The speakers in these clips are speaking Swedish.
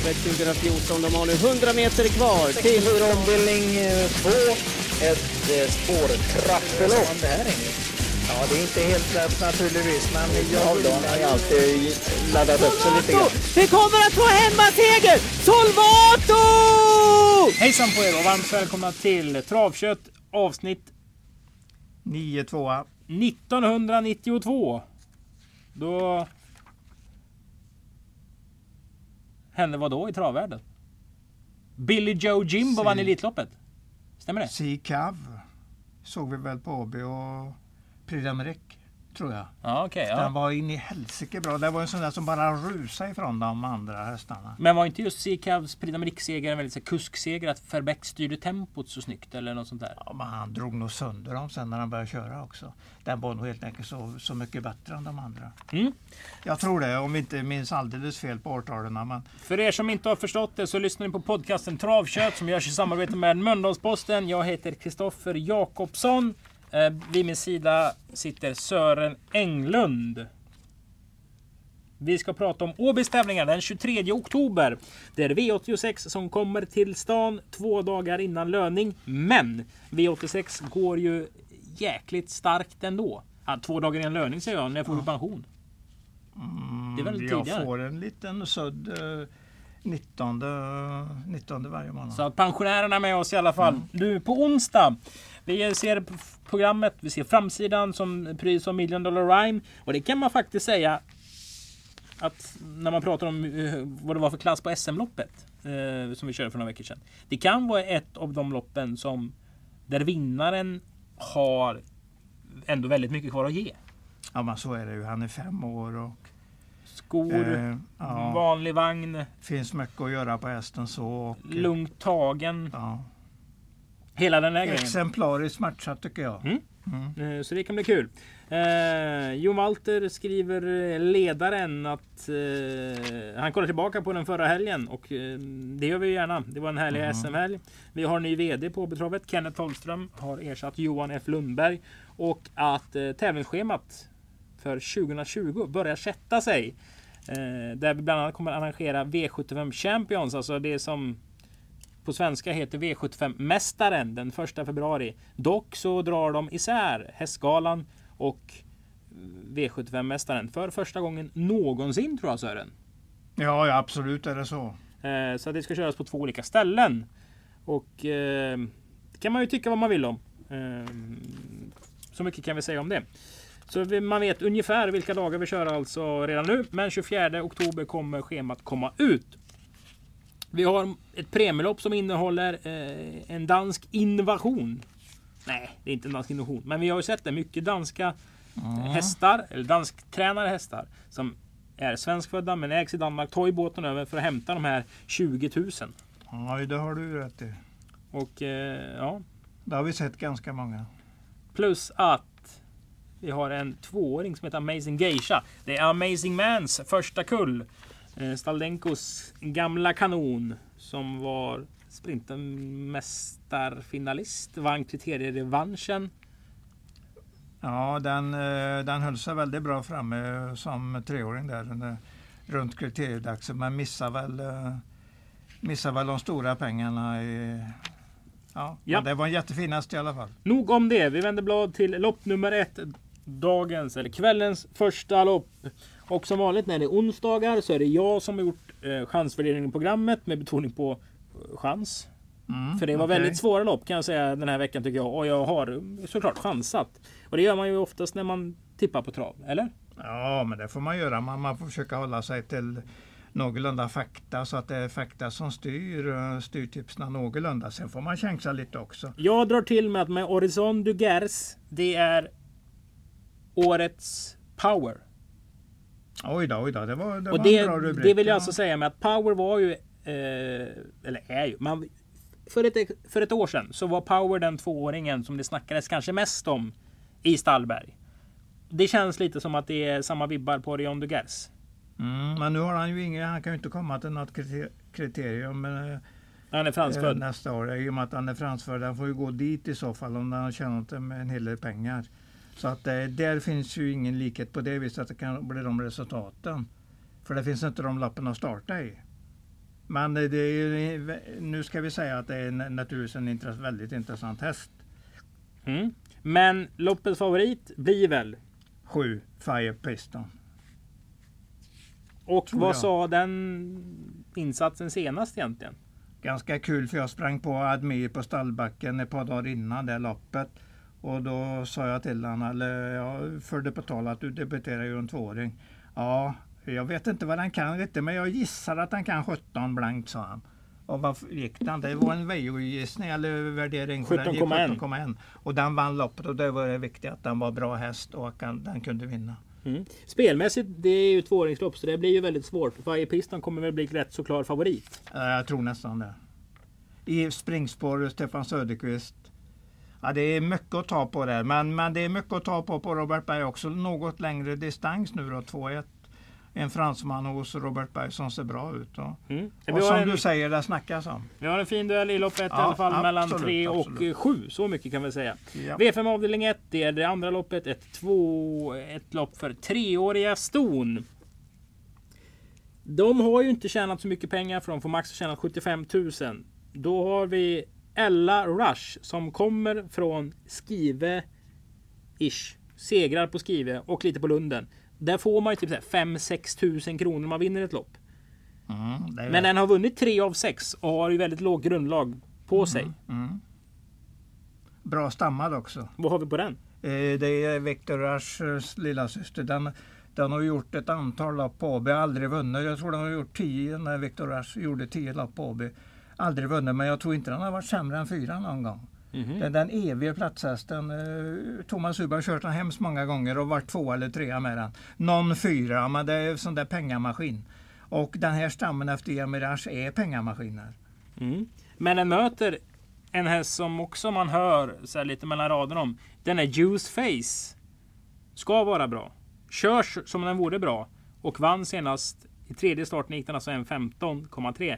travet 2014. De har nu 100 meter kvar till ombildning 2. Ett spårtrappelopp. Det här är ja, det är inte helt lätt naturligtvis, men jag har alltid laddat upp sig lite grann. Det kommer att få hemmaseger! Solvato! Hejsan på er och varmt välkomna till Travkött avsnitt 9-2. 1992. Då hände vad då i travvärlden? Billy Joe Jimbo vann Elitloppet. Stämmer det? C-Cav såg vi väl på AB och Prix d'Amérique, tror jag. Ja, okej. Ja. Den var in i helsike bra. Det var en sån där som bara rusade ifrån de andra hästarna. Men var inte just C-Cavs Prix d'Amérique-seger en väldigt så kuskseger att Verbeck styrde tempot så snyggt eller något sånt där? Ja, men han drog nog sönder dem sen när han började köra också. Den var nog helt enkelt så mycket bättre än de andra. Mm. Jag tror det, om vi inte minns alldeles fel på årtalen. Men... För er som inte har förstått det så lyssnar ni på podcasten Travkött som görs i samarbete med Mölndalsposten. Jag heter Kristoffer Jakobsson. Vid min sida sitter Sören Englund. Vi ska prata om Åbys tävlingar den 23 oktober. Det är V86 som kommer till stan 2 dagar innan löning. Men V86 går ju jäkligt starkt ändå. 2 dagar innan löning säger jag, när jag får pension. Det är väldigt tidigare. Jag får en liten sudd 19 varje månad. Så att pensionärerna är med oss i alla fall. Nu på onsdag. Vi ser programmet, vi ser framsidan som pris om $1 Million Rhyme. Och det kan man faktiskt säga att när man pratar om vad det var för klass på SM-loppet som vi körde för några veckor sedan. Det kan vara ett av de loppen som där vinnaren har ändå väldigt mycket kvar att ge. Ja, men så är det ju. Han är 5 år och skor, vanlig vagn. Finns mycket att göra på hästen så. Och, lugnt tagen. Ja. Hela den där grejen. Exemplariskt matchat tycker jag. Så det kan bli kul. Jon Walter skriver ledaren att han kollar tillbaka på den förra helgen och det gör vi gärna. Det var en härlig SM-helg. Vi har en ny vd på betravet. Kenneth Holmström har ersatt Johan F. Lundberg och att tävlingsschemat för 2020 börjar sätta sig. Där vi bland annat kommer att arrangera V75 Champions, alltså det som på svenska heter V75-mästaren den 1 februari. Dock så drar de isär hästgalan och V75-mästaren för första gången någonsin, tror jag, Sören. Ja, absolut är det så. Så det ska köras på 2 olika ställen. Och det kan man ju tycka vad man vill om. Så mycket kan vi säga om det. Så man vet ungefär vilka dagar vi kör alltså redan nu. Men 24 oktober kommer schemat komma ut. Vi har ett premielopp som innehåller en dansk invasion. Nej, det är inte en dansk invasion. Men vi har ju sett det. Mycket danska hästar, eller dansktränade hästar, som är svenskfödda men ägs i Danmark. Tar ju båten över för att hämta de här 20 000. Ja, det har du rätt i. Och ja. Det har vi sett ganska många. Plus att vi har en 2-åring som heter Amazing Geisha. Det är Amazing Mans första kull. Staldenkos gamla kanon som var sprintermästarfinalist, vann kriterierevanschen. Ja, den höll sig väldigt bra framme som 3-åring där runt kriteriedags, men missar väl de stora pengarna ja. Men det var en jättefin häst i alla fall. Nog om det. Vi vänder blad till lopp nummer 1. Dagens eller kvällens första lopp. Och som vanligt när det är onsdagar så är det jag som har gjort chansvärderingen i programmet med betoning på chans. För det var väldigt svåra lopp kan jag säga den här veckan tycker jag. Och jag har såklart chansat. Och det gör man ju oftast när man tippar på trav, eller? Ja, men det får man göra. Man får försöka hålla sig till någorlunda fakta så att det är fakta som styr tipsna någorlunda. Sen får man chansa lite också. Jag drar till med att med Horizon du Gers, det är årets power. Oj då, det var en bra rubrik. Det vill jag alltså säga med att power var ju eller är ju för ett år sedan så var power den 2-åringen som det snackades kanske mest om i Stallberg. Det känns lite som att det är samma vibbar på Orion de Gers. Men nu har han ju han kan ju inte komma till något kriterium han är franskfödd nästa år. I och med att han är franskfödd, han får ju gå dit i så fall om han har tjänat en hel del pengar. Så att där finns ju ingen likhet på det viset att det kan bli de resultaten. För det finns inte de lappen att starta i. Men det är ju, nu ska vi säga att det är naturligtvis en väldigt intressant häst. Mm. Men loppets favorit blir väl 7 Fire Piston. Och Tror vad jag. sa den insatsen senast egentligen? Ganska kul, för jag sprang på Admir på stallbacken ett par dagar innan det loppet. Och då sa jag till honom, eller jag förde på tal att du debuterar ju en 2-åring. Ja, jag vet inte vad den kan riktigt, men jag gissar att den kan 17 blankt, sa han. Och vad gick den? Det var en VO-gissning eller värdering. 17,1. Och den vann loppet, och det var det viktiga, att den var bra häst och att den kunde vinna. Mm. Spelmässigt, det är ju 2-åringslopp, så det blir ju väldigt svårt. Fire Piston kommer väl bli rätt så klar favorit. Jag tror nästan det. I springspår Stefan Söderqvist. Ja, det är mycket att ta på där. Men det är mycket att ta på Robert Berg också. Något längre distans nu då, 2-1. En fransman hos Robert Berg som ser bra ut. Och som du säger, det snackas om. Vi har en fin duell i loppet i alla fall mellan 3 och 7. Så mycket kan vi säga. Ja. V5 avdelning 1, det är det andra loppet. Ett lopp för 3-åriga ston. De har ju inte tjänat så mycket pengar, för de får max tjäna 75 000. Då har vi Ella Rush som kommer från Skive-ish. Segrar på Skive och lite på Lunden. Där får man ju typ 5-6 tusen kronor om man vinner ett lopp. Men den har vunnit 3 av 6 och har ju väldigt låg grundlag på sig. Bra stammad också. Vad har vi på den? Det är Victor Rushs lilla syster. Den har gjort ett antal lopp på AB, aldrig vunnit. Jag tror den har gjort 10 när Victor Rush gjorde 10 lopp på AB. Aldrig vunnit, men jag tror inte den har varit sämre än 4 någon gång. Den eviga platshästen. Thomas Uber har kört den hemskt många gånger och varit 2 eller 3 med den. Någon 4, men det är en sån där pengamaskin. Och den här stammen efter Emirage är pengamaskiner. Men den möter en häst som också man hör så här lite mellan raderna om. Den är Juice Face. Ska vara bra. Körs som den vore bra. Och vann senast i tredje starten, gick den alltså en 15,3.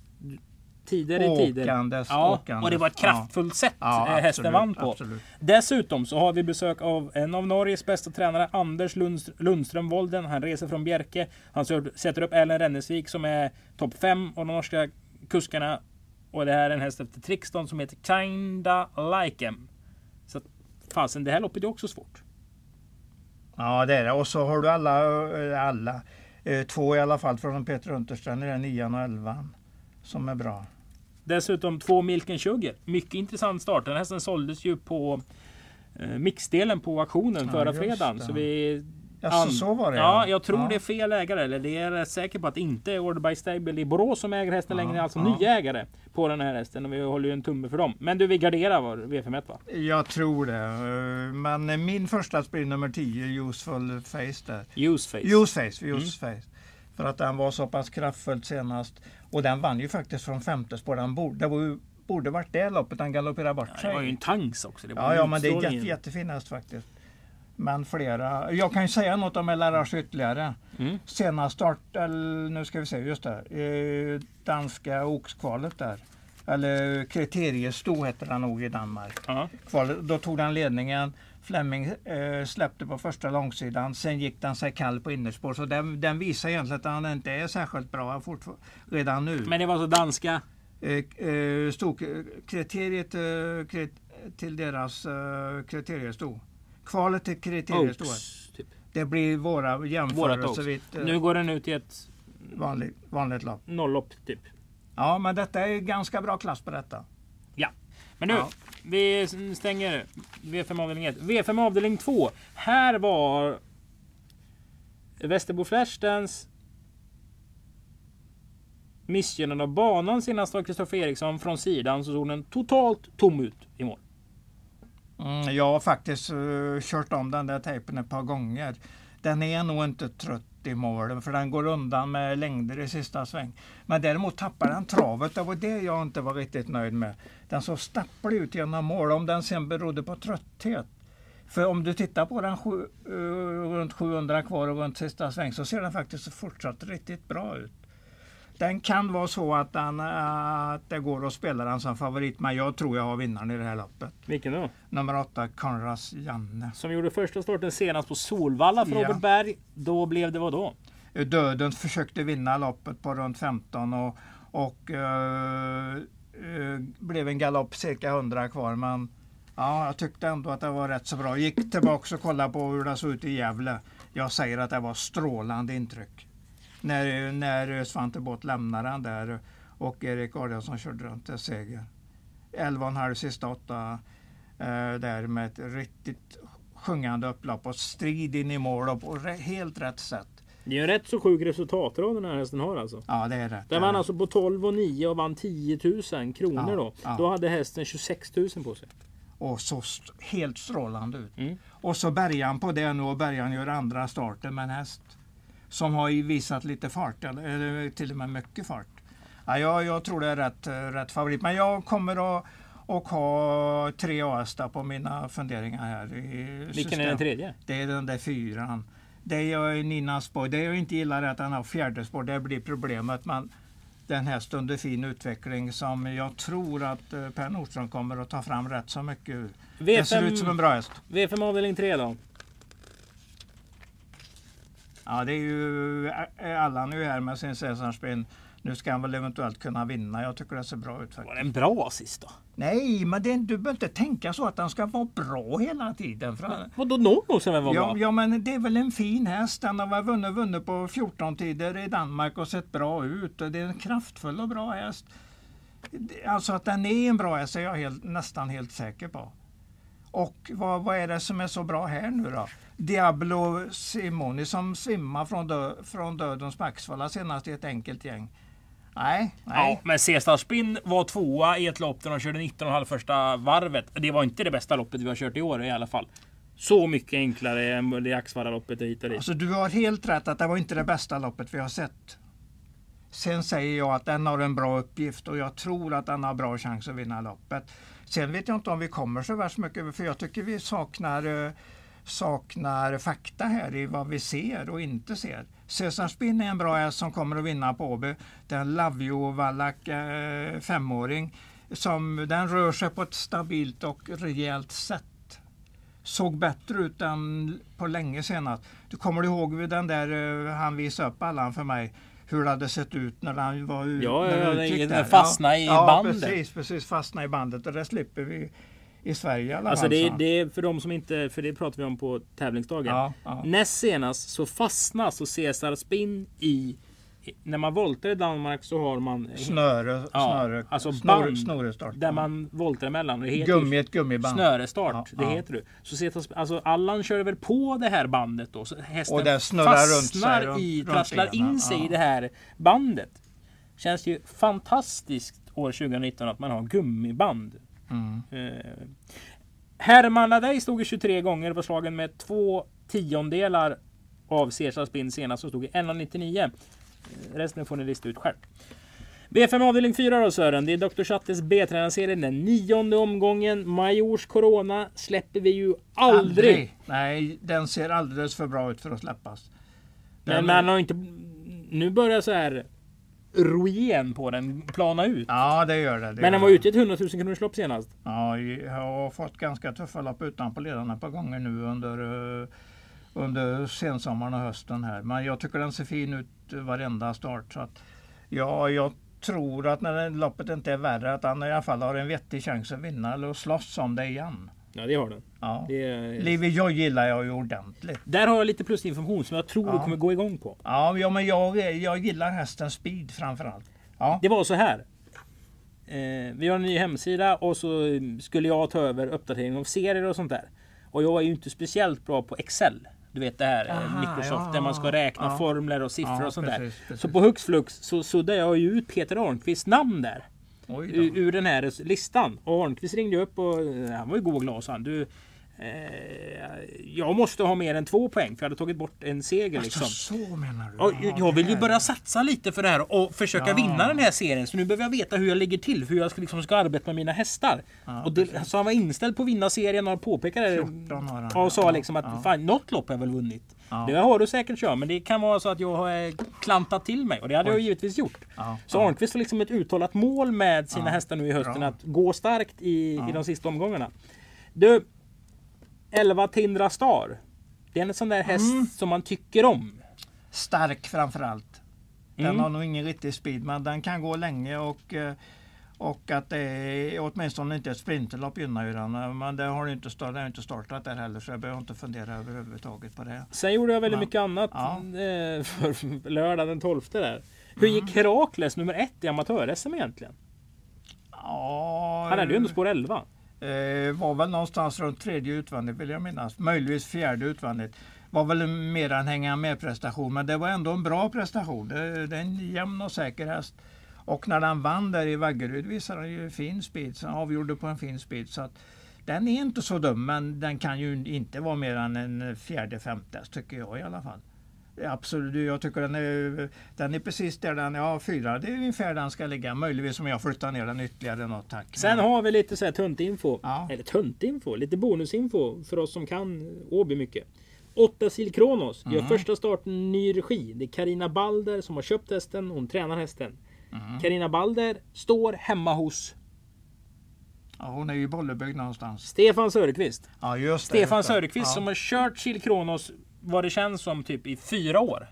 Åkandes. Och det var ett kraftfullt sätt hästen vann på. Absolut. Dessutom så har vi besök av en av Norges bästa tränare, Anders Lundström Volden. Han reser från Bjerke. Han sätter upp Ellen Rennesvik som är topp 5 av de norska kuskarna. Och det här är en häst efter Trixton som heter Kinda Like Em. Så fasen, det här loppet är också svårt. Ja, det är det. Och så har du alla 2 i alla fall från Peter Unterstrand, det är 9 och 11 som är bra. Dessutom 2 Milken Sugar. Mycket intressant start. Den hästen såldes ju på mixdelen på auktionen förra fredagen. Så så var det. Ja, jag tror det är fel ägare. Eller det är jag säker på att det inte är Order by Stable i Borås som äger hästen längre. Alltså nya ägare på den här hästen. Och vi håller ju en tumme för dem. Men du, vi garderar var V51, va? Jag tror det. Men min första spel nummer 10, Useful Face där. Use Face. För att den var så pass kraftfullt senast. Och den vann ju faktiskt från 5:e spår. Det borde varit det loppet han galopperade bort sig. Det var ju en tanks också. Men det är jättefin häst faktiskt. Men flera. Jag kan ju säga något om LRH ytterligare. Senast start, nu ska vi se, just där. Danska Oxkvalet där. Eller Kriteriestod heter den nog i Danmark. Kvalet, då tog den ledningen. Fleming släppte på första långsidan. Sen gick den sig kall på innerspår. Så den visar egentligen att han inte är särskilt bra redan nu. Men det var så danska? Kriteriet till deras kriteriestod. Kvalet till kriteriestod. Typ. Det blir våra jämförelser. Nu går den ut i ett vanligt lopp. Nolllopp typ. Ja, men detta är ganska bra klass på detta. Ja. Men nu, vi stänger V5 avdelning 1. V5 avdelning 2. Här var Västerbo Flashstance missgynnad av banan senast var Kristoffer Eriksson från sidan, så såg den totalt tom ut i mål. Jag har faktiskt kört om den där tejpen ett par gånger. Den är nog inte trött i målen, för den går undan med längder i sista sväng. Men däremot tappar den travet. Det var det jag inte var riktigt nöjd med. Den så stapplig ut genom mål, om den sen berodde på trötthet. För om du tittar på den runt 700 kvar och runt sista sväng, så ser den faktiskt fortsatt riktigt bra ut. Den kan vara så att det går att spela den som favorit, men jag tror jag har vinnaren i det här loppet. Vilken då? Nummer 8, Konrads Janne. Som gjorde första starten senast på Solvalla för Robert Berg. Då blev det vad då? Döden försökte vinna loppet på runt 15 och blev en galopp cirka 100 kvar. Men ja, jag tyckte ändå att det var rätt så bra. Gick tillbaka och kollade på hur det såg ut i Gävle. Jag säger att det var strålande intryck. När Svante Båth lämnade den där och Erik Adielsson körde runt till seger. 11,5 sista 8 där med ett riktigt sjungande upplopp och strid in i mål och på helt rätt sätt. Det är en rätt så sjuk resultatrad den här hästen har alltså. Ja, det är rätt. Den vann alltså på 12 och 9 och vann 10 000 kronor då. Ja. Då hade hästen 26 000 på sig. Och så helt strålande ut. Och så börjar han på det nu och börjar han göra andra starter med en häst som har visat lite fart, eller till och med mycket fart. Ja, jag tror det är rätt favorit. Men jag kommer att ha 3 A-hästar på mina funderingar här. Vilken är den tredje? Det är den där 4. Det är Ninas Boy. Det jag inte gillar är att han har 4:e spår. Det blir problemet. Men den här under fin utveckling som jag tror att Per Nordström kommer att ta fram rätt så mycket. Det ser ut som en bra häst. V5 avdelning 3 då? Ja, det är ju alla nu här med sin Cesarspin. Nu ska han väl eventuellt kunna vinna. Jag tycker det ser bra ut faktiskt. Var det en bra assist då? Nej, men du behöver inte tänka så att han ska vara bra hela tiden. Vadå någon som var bra? Ja, men det är väl en fin häst. Han har vunnit på 14 tider i Danmark och sett bra ut. Det är en kraftfull och bra häst. Alltså att den är en bra häst är jag nästan helt säker på. Och vad är det som är så bra här nu då? Diablo Simoni som svimmar från dödens Maxwalla senast i ett enkelt gäng. Nej. Ja, men Cesar Spin var 2 i ett lopp där de körde 19,5 första varvet. Det var inte det bästa loppet vi har kört i år i alla fall. Så mycket enklare än det Axvalla-loppet hit och dit. Alltså du har helt rätt att det var inte det bästa loppet vi har sett. Sen säger jag att den har en bra uppgift och jag tror att den har bra chans att vinna loppet. Sen vet jag inte om vi kommer så värst mycket, för jag tycker vi saknar fakta här i vad vi ser och inte ser. Cesar Spin är en bra häst som kommer att vinna på Åby. Den Lavio Wallach 5-åring som den rör sig på ett stabilt och rejält sätt. Såg bättre ut än på länge senast. Du kommer ihåg den där han visade upp Allan för mig. Hur det hade sett ut när han var ute. Ja, fastna i bandet. Ja, precis, fastna i bandet. Och det slipper vi i Sverige i alla fall. Alltså det är för de som inte, för det pratar vi om på tävlingsdagen. Ja. Näst senast så fastnar så Cesar Spin i, när man voltar i Danmark så har man snörestart. Där man voltar emellan. Det heter gummiband. Snörestart, det heter det. Så alltså Allan kör väl på det här bandet då. Så hästen och det fastnar trasslar in sig i det här bandet. Känns ju fantastiskt år 2019 att man har gummiband. Herman Ladej stod i 23 gånger på slagen med 2/10 av Cesar Spin senast, så stod i 1,99. Resten får ni lista ut själv. V5 avdelning 4 då Sören. Det är Dr. Chattes B-tränarserien, den 9:e omgången. Majors Corona släpper vi ju aldrig. Nej, den ser alldeles för bra ut för att släppas. Men man har inte, nu börjar så här ruin på den plana ut. Ja, det gör det. Men den var ute i ett 100 000 kronors lopp senast. Ja, jag har fått ganska tuffa lopp utanpå ledarna på gånger nu under sensommaren och hösten här. Men jag tycker den ser fin ut varenda start. Så att, jag tror att när loppet inte är värre att han i alla fall har en vettig chans att vinna eller att slåss om det igen. Ja, det har den. Ja. Livi, jag gillar jag ju ordentligt. Där har jag lite plusinformation som jag tror du kommer gå igång på. Ja, men jag gillar hästens speed framförallt. Ja. Det var så här. Vi har en ny hemsida och så skulle jag ta över uppdatering av serier och sånt där. Och jag är ju inte speciellt bra på Excel. Du vet det här Microsoft där man ska räkna formler och siffror och sånt precis. Där. Så på hux flux så suddade jag ju ut Peter Arnqvists namn där. Ur den här listan. Och Arnqvist ringde upp och han var ju god och glad, sa han. Du, jag måste ha mer än 2 poäng för jag hade tagit bort en seger liksom. Så menar du? Och jag vill ju börja satsa lite för det här och försöka vinna den här serien. Så nu behöver jag veta hur jag ligger till, hur jag ska arbeta med mina hästar. Och så han var inställd på att vinna serien och påpekade och sa liksom att fan, något lopp har jag väl vunnit. Det har du säkert kört, men det kan vara så att jag har klantat till mig och det hade jag givetvis gjort. Så Arnqvist har liksom ett uttalat mål med sina hästar nu i hösten att gå starkt i de sista omgångarna. Du, 11 Tindra Star. Det är en sån där häst som man tycker om. stark framförallt. Den har nog ingen riktig speed, men den kan gå länge och att det är åtminstone inte ett sprinterlopp gynnar ju den. Men det har inte startat där heller, så jag behöver inte fundera överhuvudtaget på det. Sen gjorde jag väldigt mycket annat för lördag den 12 där. Hur gick Herakles nummer 1 i amatör-SM egentligen? Ja, Han hade ju ändå spår 11. Var väl någonstans runt 3:e utvändigt vill jag minnas. Möjligtvis 4:e utvändigt. Var väl mer en hänga med prestation, men det var ändå en bra prestation. Det är en jämn och säker häst. Och när den vann där i Vaggeryd visade den ju fin speed, så avgjorde på en fin speed. Så att den är inte så dum, men den kan ju inte vara mer än en 4:e-5:e tycker jag i alla fall. Absolut, jag tycker den är precis där den är. 4, det är ungefär den ska ligga. Möjligtvis om jag flyttar ner den ytterligare något, tack. Sen har vi lite så här tuntinfo. Eller tuntinfo, lite bonusinfo för oss som kan Åby mycket. 8 Sil Kronos gör första starten i ny regi. Det är Carina Balder som har köpt hästen. Hon tränar hästen. Carina Balder står hemma hos... Ja, hon är ju i Bollebygd någonstans. Stefan Söderqvist. Ja, just det. Stefan Söderqvist som har kört Sil Kronos vad det känns som typ i 4 år.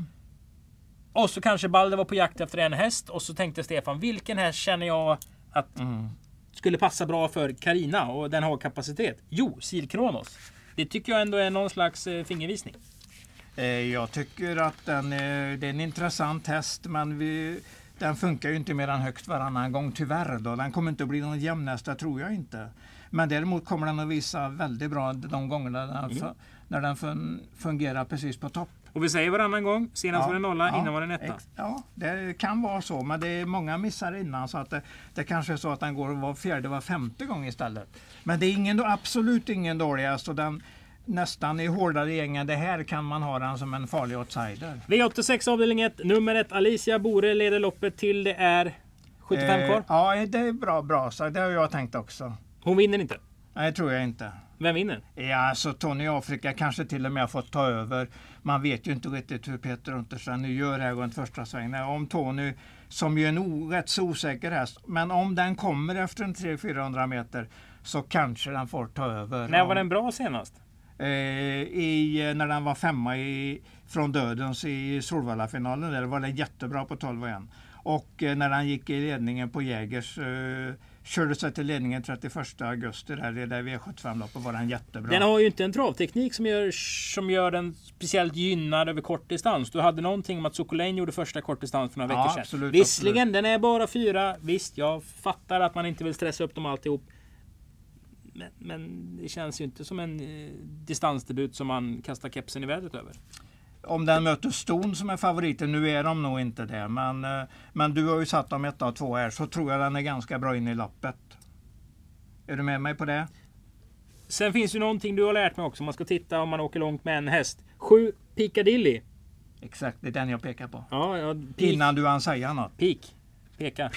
Och så kanske Balder var på jakt efter en häst och så tänkte Stefan, vilken häst känner jag att skulle passa bra för Carina och den har kapacitet? Jo, Sil Kronos. Det tycker jag ändå är någon slags fingervisning. Jag tycker att det är en intressant häst, men den funkar ju inte mer än högst varannan gång tyvärr. Då. Den kommer inte att bli någon jämnästa, tror jag inte. Men däremot kommer den att visa väldigt bra de gångerna när den fungerar precis på topp. Och vi säger varannan gång, senast var det 0, innan var det 1. Ja, det kan vara så, men det är många missar innan, så att det kanske är så att den går var 4:e, var 5:e gång istället. Men det är absolut ingen dålig häst, och den nästan i hårdare gängen. Det här kan man ha den som en farlig outsider. V86 avdelning 1, nummer 1 Alicia Bore leder loppet till det är 75 kvar. Ja, det är bra, så det har jag tänkt också. Hon vinner inte? Nej, tror jag inte. Vem vinner? Ja, så Tony Afrika kanske till och med har fått ta över. Man vet ju inte riktigt hur Peter Untersen nu gör här runt första svängen. Om Tony, som ju är en rätt så osäker häst, men om den kommer efter en 300-400 meter så kanske den får ta över. När var den bra senast? När den var 5 från Dödens i Solvalla-finalen, där var den jättebra på 12:1. Och när han gick i ledningen på Jägers, körde sig till ledningen 31 augusti där i det V75-loppet, var den jättebra. Den har ju inte en travteknik som gör den speciellt gynnad över kort distans. Du hade någonting om att Sokolane gjorde första kortdistans för några veckor sedan. Absolut, Visserligen, den är bara 4. Visst, jag fattar att man inte vill stressa upp dem alltihop. Men det känns ju inte som en distansdebut som man kastar kepsen i vädret över. Om den möter Ston som är favoriten, nu är de nog inte det. Men du har ju satt dem 1 och 2 här, så tror jag den är ganska bra in i loppet. Är du med mig på det? Sen finns ju någonting du har lärt mig också. Man ska titta om man åker långt med en häst. 7 Piccadilly. Exakt, det är den jag pekar på. Ja, innan du hann säga något. Peka.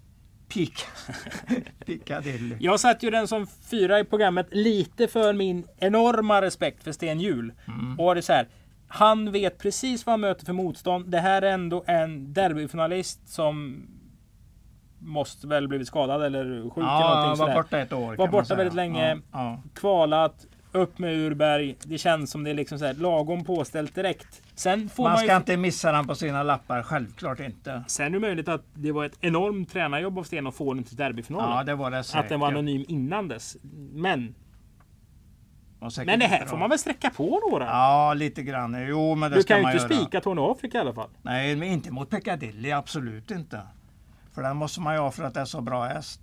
Piccadilly. Jag satt ju den som 4 i programmet lite för min enorma respekt för Sten Hjul. Och det är så här, han vet precis vad han möter för motstånd. Det här är ändå en derbyfinalist som måste väl blivit skadad eller sjuk eller någonting sådär. Var borta ett år. Var borta väldigt länge. Kvalat upp med Urberg. Det känns som det är liksom så här lagom påställt direkt. Sen får man ska inte missa den på sina lappar, självklart inte. Sen är det möjligt att det var ett enormt tränarjobb av Sten att få den till derbyfinalen. Ja, det var det säkert. Att den var anonym innan dess. Men det här får man väl sträcka på några? Ja, lite grann. Jo, men det du ska kan man ju inte göra. spika Tony Afrika i alla fall. Nej, men inte mot Piccadilly, absolut inte. För den måste man ju ha för att det är så bra häst.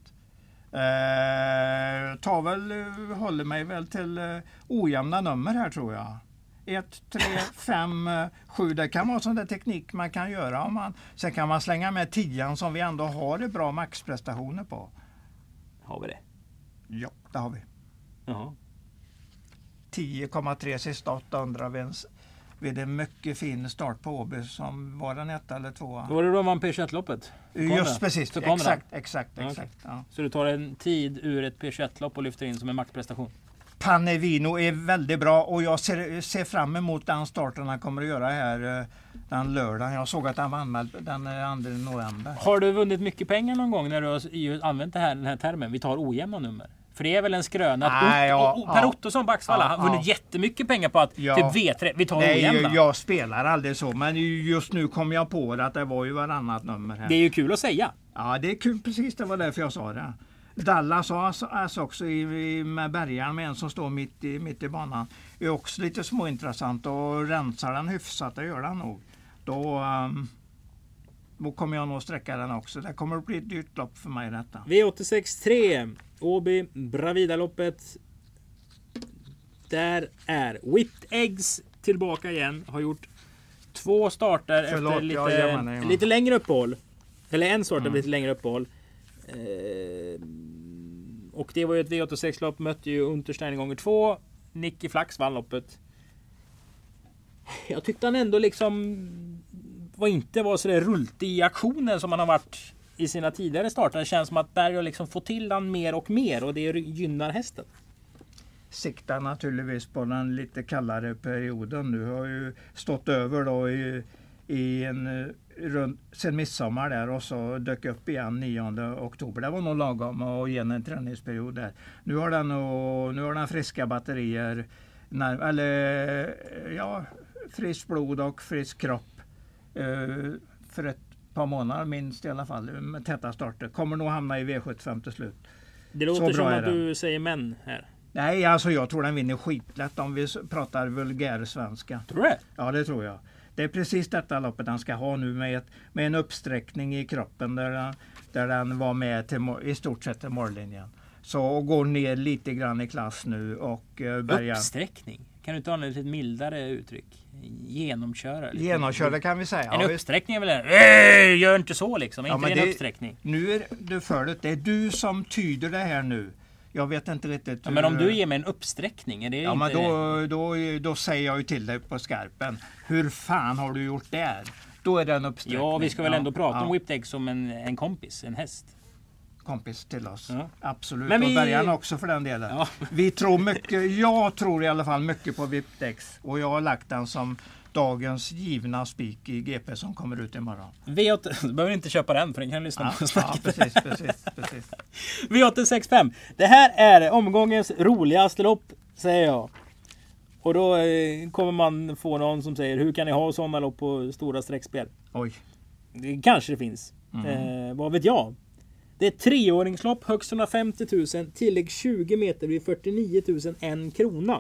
Håller mig väl till ojämna nummer här, tror jag. 1, 3, 5, 7. Det kan vara sån där teknik man kan göra. Sen kan man slänga med 10 som vi ändå har det bra maxprestationer på. Har vi det? Ja, det har vi. Jaha. 10,3 sista 800 vid en mycket fin start på Åby som var den 1 eller 2. Var det då man P21-loppet? Just precis, exakt. Okay. Ja. Så du tar en tid ur ett P21-lopp och lyfter in som en maxprestation? Panevino är väldigt bra och jag ser fram emot den starten han kommer att göra här den lördagen. Jag såg att han var anmäld den 2 november. Har du vunnit mycket pengar någon gång när du har använt den här termen? Vi tar ojämna nummer. För det är väl en skröna Nej, att Per Ottosson på Axvalla har vunnit jättemycket pengar på att typ V3, vi tar ojämna. Jag spelar aldrig så, men just nu kom jag på det att det var ju varannat nummer här. Det är ju kul att säga. Ja, det är kul, precis, det var därför jag sa det. Dallas har också med bärgaren med en som står mitt i banan. Det är också lite småintressant och rensar den hyfsat, det gör den nog. Då kommer jag nog sträcka den också. Det kommer att bli ett dyrt lopp för mig detta. V86 3, Åby Bravida-loppet. Där är Whipped Eggs tillbaka igen. Har gjort 2 starter efter lite längre uppehåll. Eller en start efter lite längre uppehåll. Och det var ju ett V86-lopp. Mötte ju Unterstein gånger 2. Nicky Flax vann loppet. Jag tyckte han ändå liksom inte var så där rultig i aktionen som han har varit i sina tidigare starter. Det känns som att Berg har liksom fått till han mer och mer och det gynnar hästen. Siktar naturligtvis på den lite kallare perioden. Nu har ju stått över då i sen midsommar där och så dök upp igen 9 oktober. Det var nog lagom och ge en träningsperiod där. Nu har den friska batterier, friskt blod och frisk kropp för ett par månader minst i alla fall med täta starter. Kommer nog hamna i V75 till slut. Det låter som att du säger men här. Nej, alltså jag tror den vinner skitlätt om vi pratar vulgär svenska. Tror du det? Ja, det tror jag. Det är precis detta loppet han ska ha nu med en uppsträckning i kroppen där den var med i stort sett till mållinjen. Så går ner lite grann i klass nu och börjar... Uppsträckning? Kan du inte ha ett lite mildare uttryck? Genomköra? Genomköra kan vi säga. En uppsträckning är väl gör inte så liksom. Inte en uppsträckning. Nu är du för det är du som tyder det här nu. Jag vet inte riktigt. Ja, men om du ger mig en uppsträckning, är det inte... men då säger jag ju till dig på skarpen. Hur fan har du gjort där? Då är det en uppsträckning. Ja, vi ska väl ändå prata om Whipped Egg som en kompis, en häst. Kompis till oss. Ja. Absolut. Men och Bergan också för den delen. Ja. Vi tror mycket, jag tror i alla fall mycket på Whipped Egg. Och jag har lagt den som dagens givna spik i GP som kommer ut imorgon. V8, du behöver inte köpa den för den kan lyssna på snacket. Ja, precis. V865. Det här är omgångens roligaste lopp, säger jag. Och då kommer man få någon som säger, hur kan ni ha sådana lopp på stora sträckspel? Oj. Det kanske det finns. Vad vet jag? Det är ett 3-åringslopp, högst 150 000, tillägg 20 meter vid 49 000 1 krona.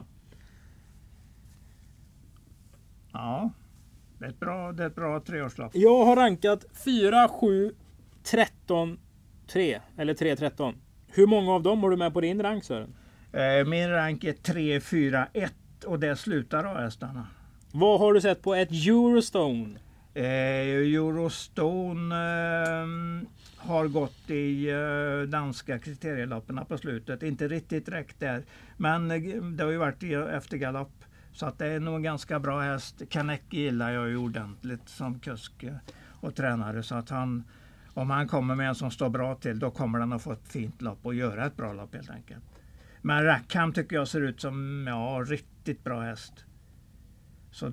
Ja, det är ett bra 3-årslopp. Jag har rankat 4, 7, 13, 3 eller 3-13. Hur många av dem har du med på din rank, Sören? Min rank är 3, 4, 1 och det slutar av hästarna. Vad har du sett på ett Eurostone? Eurostone har gått i danska kriterieloppen på slutet. Inte riktigt räckt där. Men det har ju varit efter galopp. Så att det är nog en ganska bra häst. Kaneki gillar jag ju ordentligt som kusk och tränare. Så att om han kommer med en som står bra till, då kommer han att få ett fint lopp och göra ett bra lopp helt enkelt. Men Rackham tycker jag ser ut som riktigt bra häst. Så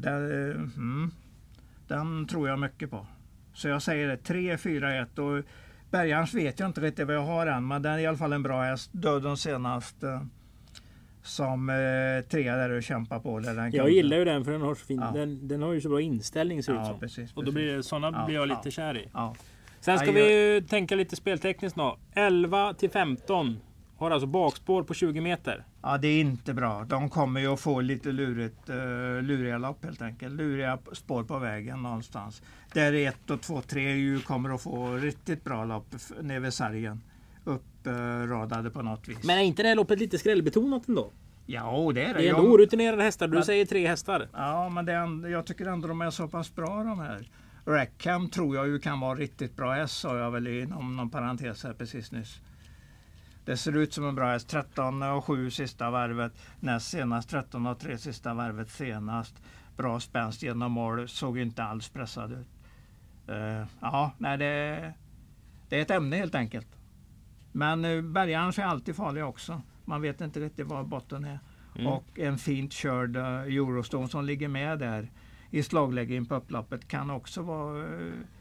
den tror jag mycket på. Så jag säger det, 3, 4, 1 och Bergans vet jag inte riktigt vad jag har än, men den är i alla fall en bra häst. Döden senast som 3 där och kämpar på. Där jag gillar ju den för den har så fin, den har ju så bra inställning ser ut som. Precis. Och då blir det sådana blir jag lite kär i. Ja. Sen ska vi tänka lite speltekniskt då. 11 till 15 har alltså bakspår på 20 meter. Ja, det är inte bra. De kommer ju att få lite luriga lopp helt enkelt. Luriga spår på vägen någonstans. Där 1 och 2, 3 ju kommer att få riktigt bra lopp ner vid sargen. Uppradade på något vis. Men är inte det här loppet lite skrällbetonat ändå? Ja, det är det. Det är ändå orutinerade hästar. Du säger 3 hästar. Ja, men jag tycker ändå de är så pass bra de här. Rackham tror jag ju kan vara riktigt bra häst, sa jag väl inom någon parentes här precis nyss. Det ser ut som en bra häst. 13 och 7 sista varvet. Näst senast 13 och 3 sista varvet senast. Bra spänst genom mål. Såg inte alls pressad ut. Det är ett ämne helt enkelt. Men Bergaren är alltid farlig också. Man vet inte riktigt vad botten är. Och en fint körd Eurostone som ligger med där i slagläggning på upploppet kan också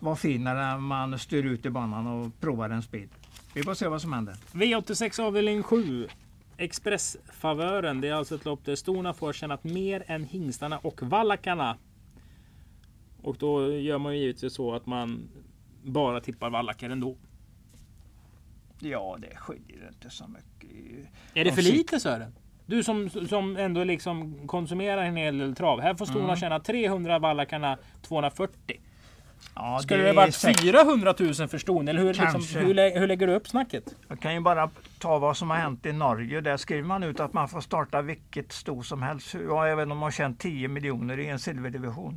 vara fin när man styr ut i banan och provar en speed. Vi får se vad som händer. V86 avdelning 7. Expressfavören. Det är alltså ett lopp där storna får tjänat mer än hingstarna och vallakarna. Och då gör man ju givetvis så att man bara tippar vallackar ändå. Ja, det skiljer inte så mycket. Är det för lite, Sören? Du som ändå liksom konsumerar en hel del trav. Här får storna tjäna 300, vallackarna 240. Ja, Skulle det varit 400 000 för ston? Eller hur lägger du upp snacket? Jag kan ju bara ta vad som har hänt i Norge. Där skriver man ut att man får starta vilket sto som helst. Ja, även om man har tjänat 10 miljoner i en silverdivision.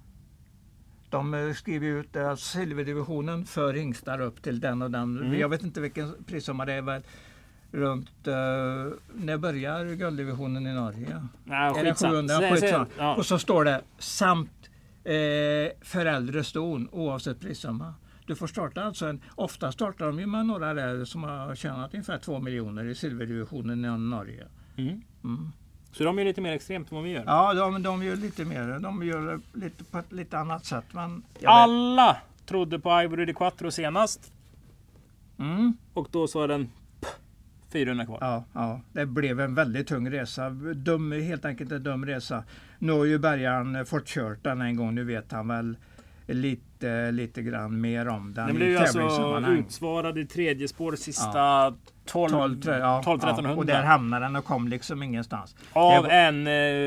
De skriver ut silverdivisionen för hingstar upp till den och den. Jag vet inte vilken prissumma det är väl. Runt när börjar gulddivisionen i Norge? Nej, är det 700? Ja. Och så står det samt för äldre ston oavsett prissumma. Du får starta alltså ofta startar de ju med några där som har tjänat ungefär 2 miljoner i silverdivisionen i Norge. Så de är lite mer extremt än vad vi gör? Ja, de gör lite mer. De gör lite på ett lite annat sätt. Men alla trodde på Ivory de Quattro senast. Och då så är den 400 kvar. Ja, det blev en väldigt tung resa. Helt enkelt en dum resa. Nu har ju Bergan fått kört den en gång. Nu vet han väl lite grann mer om den. Den blev ju alltså utsvarad i tredje spår sista 12-1300. Och där hamnade den och kom liksom ingenstans. Av en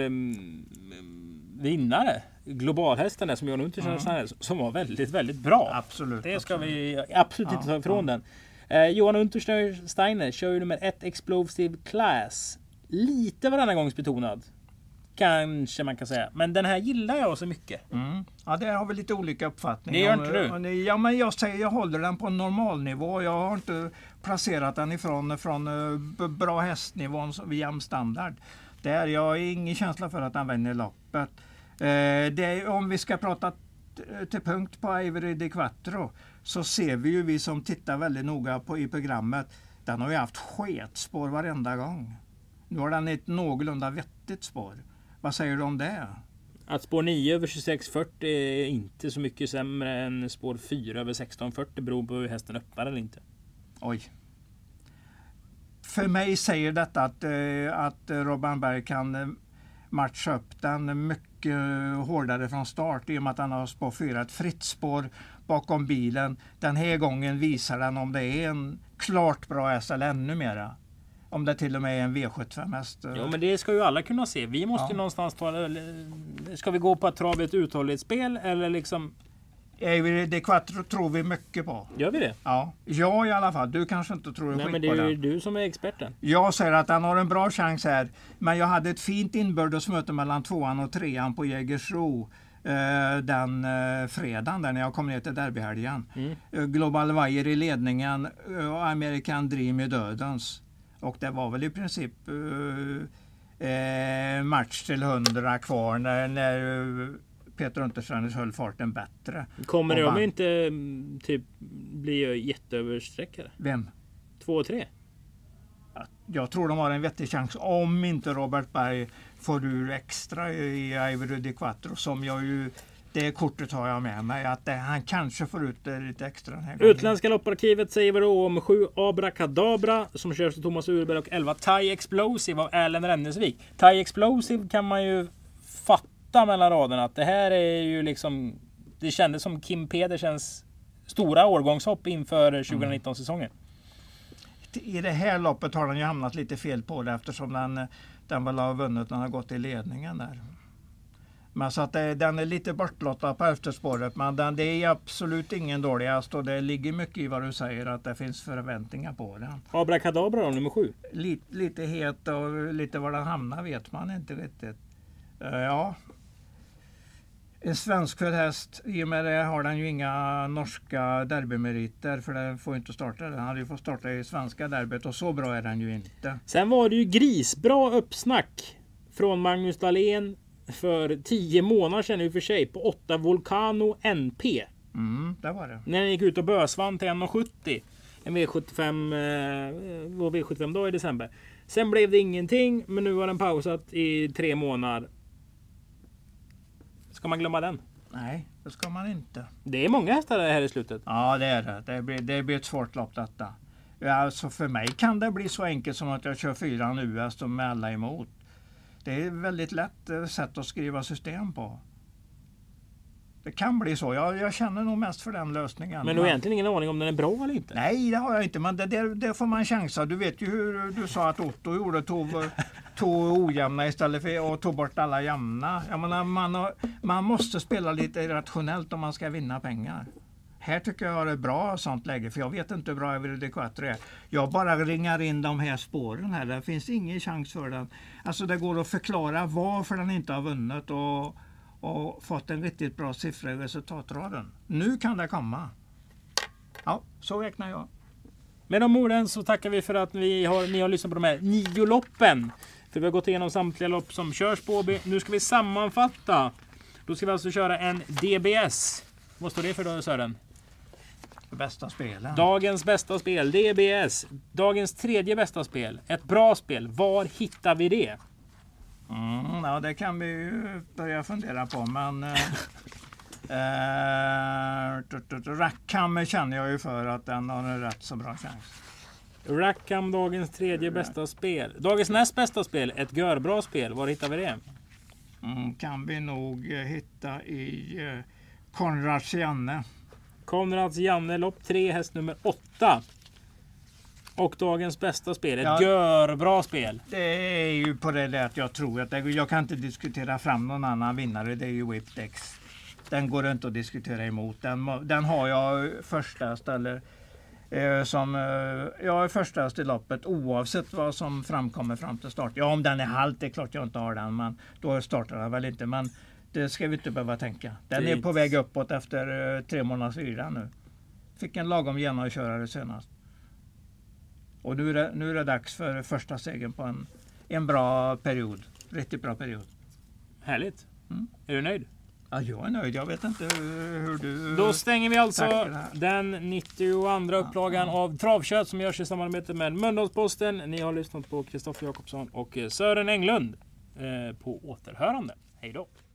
vinnare. Globalhästen där som Johan Untersteiner som var väldigt, väldigt bra. Absolut. Det ska vi absolut inte ta ifrån den. Johan Untersteiner kör ju nummer 1 Explosive Class. Lite varannangångsbetonad. Kanske man kan säga. Men den här gillar jag så mycket. Ja, där har vi lite olika uppfattningar. Det gör inte du? Ja, men jag håller den på normalnivå. Jag har inte placerat den från bra hästnivån vid jämn standard. Där jag har ingen känsla för att den vinner loppet. Om vi ska prata till punkt på Ivory de Quattro så ser vi ju, vi som tittar väldigt noga i programmet, den har ju haft sketspår varenda gång. Nu har den ett någorlunda vettigt spår. Vad säger du om det? Att spår 9 över 26,40 är inte så mycket sämre än spår 4 över 16,40 beror på hur hästen öppnar eller inte. Oj. För mig säger detta att Robban Berg kan matcha upp den mycket hårdare från start i och med att han har spår 4, ett fritt spår bakom bilen. Den här gången visar den om det är en klart bra häst eller ännu mera. Om det till och med är en V75-häst. Ja, men det ska ju alla kunna se. Vi måste någonstans ska vi gå på att trava ett uthållighetsspel eller liksom... Ivory de Quattro tror vi mycket på. Gör vi det? Ja, jag i alla fall. Du kanske inte tror Nej, men det är ju du som är experten. Jag säger att han har en bra chans här. Men jag hade ett fint inbördesmöte mellan 2an och 3an på Jägersro den fredagen där när jag kom ner till derbyhelgen. Global Wire i ledningen och American Dream i dödens. Och det var väl i princip match till 100 kvar när Peter Untersteiner höll farten bättre. Kommer de inte typ bli jätteöversträckare? Vem? 2 och 3? Jag tror de har en vettig chans om inte Robert Berg får ur extra i Ivory de Quattro som jag ju... Det kortet har jag med mig, att han kanske får ut lite extra den här gången. Utländska lopparkivet säger vi då om 7 Abracadabra som körs av Thomas Urberg och 11 Thai Explosive av Erlend Rennesvik. Thai Explosive kan man ju fatta mellan raderna att det här är ju liksom... Det kändes som Kim Pedersens stora årgångshopp inför 2019-säsongen. I det här loppet har den ju hamnat lite fel på det eftersom den väl har vunnit, den har gått i ledningen där. Men så att den är lite bortlottad på efterspåret, men det är absolut ingen dålig häst och det ligger mycket i vad du säger att det finns förväntningar på den. Abracadabra då, nummer 7? Lite het och lite var den hamnar vet man inte riktigt. Ja. En svenskfödd häst, i och med det har den ju inga norska derbymeriter för den får inte starta. Den hade ju fått starta i svenska derbyt och så bra är den ju inte. Sen var det ju grisbra uppsnack från Magnus Dahlén för 10 månader sedan i och för sig på 8 Volcano NP. Det var det. När den gick ut och bösvann till 1,70. En V75 dag i december. Sen blev det ingenting, men nu har den pausat i 3 månader. Ska man glömma den? Nej, Det ska man inte. Det är många hästar här i slutet. Ja, det är det. Det blir ett svårt lopp detta. Ja, alltså för mig kan det bli så enkelt som att jag kör 4 US och med alla emot. Det är väldigt lätt sätt att skriva system på. Det kan bli så. Jag känner nog mest för den lösningen. Men du har egentligen ingen aning om den är bra eller inte? Nej, det har jag inte. Men det får man chansa. Du vet ju hur du sa att Otto gjorde. Tog ojämna istället för att tog bort alla jämna. Jag menar, man måste spela lite rationellt om man ska vinna pengar. Här tycker jag det är bra sånt läge. För jag vet inte hur bra Everide Quattro är. Jag bara ringar in de här spåren här. Det finns ingen chans för den. Alltså det går att förklara varför den inte har vunnit. Och fått en riktigt bra siffra i resultatraden. Nu kan det komma. Ja, så räknar jag. Med de orden så tackar vi för att ni har lyssnat på de här 9 loppen. För vi har gått igenom samtliga lopp som körs på Åby. Nu ska vi sammanfatta. Då ska vi alltså köra en DBS. Vad står det för då, Sören? Bästa spelen. Dagens bästa spel, DBS. Dagens 3:e bästa spel. Ett bra spel. Var hittar vi det? Ja, det kan vi ju börja fundera på, men Rackham känner jag ju för att den har en rätt så bra chans. Rackham, dagens 3:e bästa spel. Dagens näst bästa spel, ett görbra spel. Var hittar vi det? Kan vi nog hitta i Konrads Janne. Konrads Janne, lopp 3, häst nummer 8. Och dagens bästa spel, ett görbra spel. Det är ju på det där att jag tror att jag kan inte diskutera fram någon annan vinnare. Det är ju Whipdex. Den går inte att diskutera emot. Den har jag första ställe jag är första i loppet oavsett vad som framkommer fram till start. Ja, om den är halt, det är klart jag inte har den, men då startar den väl inte. Men det ska vi inte behöva tänka. Den är på väg uppåt efter 3 månaders vila nu. Fick en lagom genomkörare senast. Och nu är det dags för första segern på en bra period. Riktigt bra period. Härligt. Är du nöjd? Ja, jag är nöjd. Jag vet inte hur du... Då stänger vi alltså den 92 upplagan av Travkött som görs i samarbete med Mölndalsposten. Ni har lyssnat på Kristoffer Jakobsson och Sören Englund på återhörande. Hej då!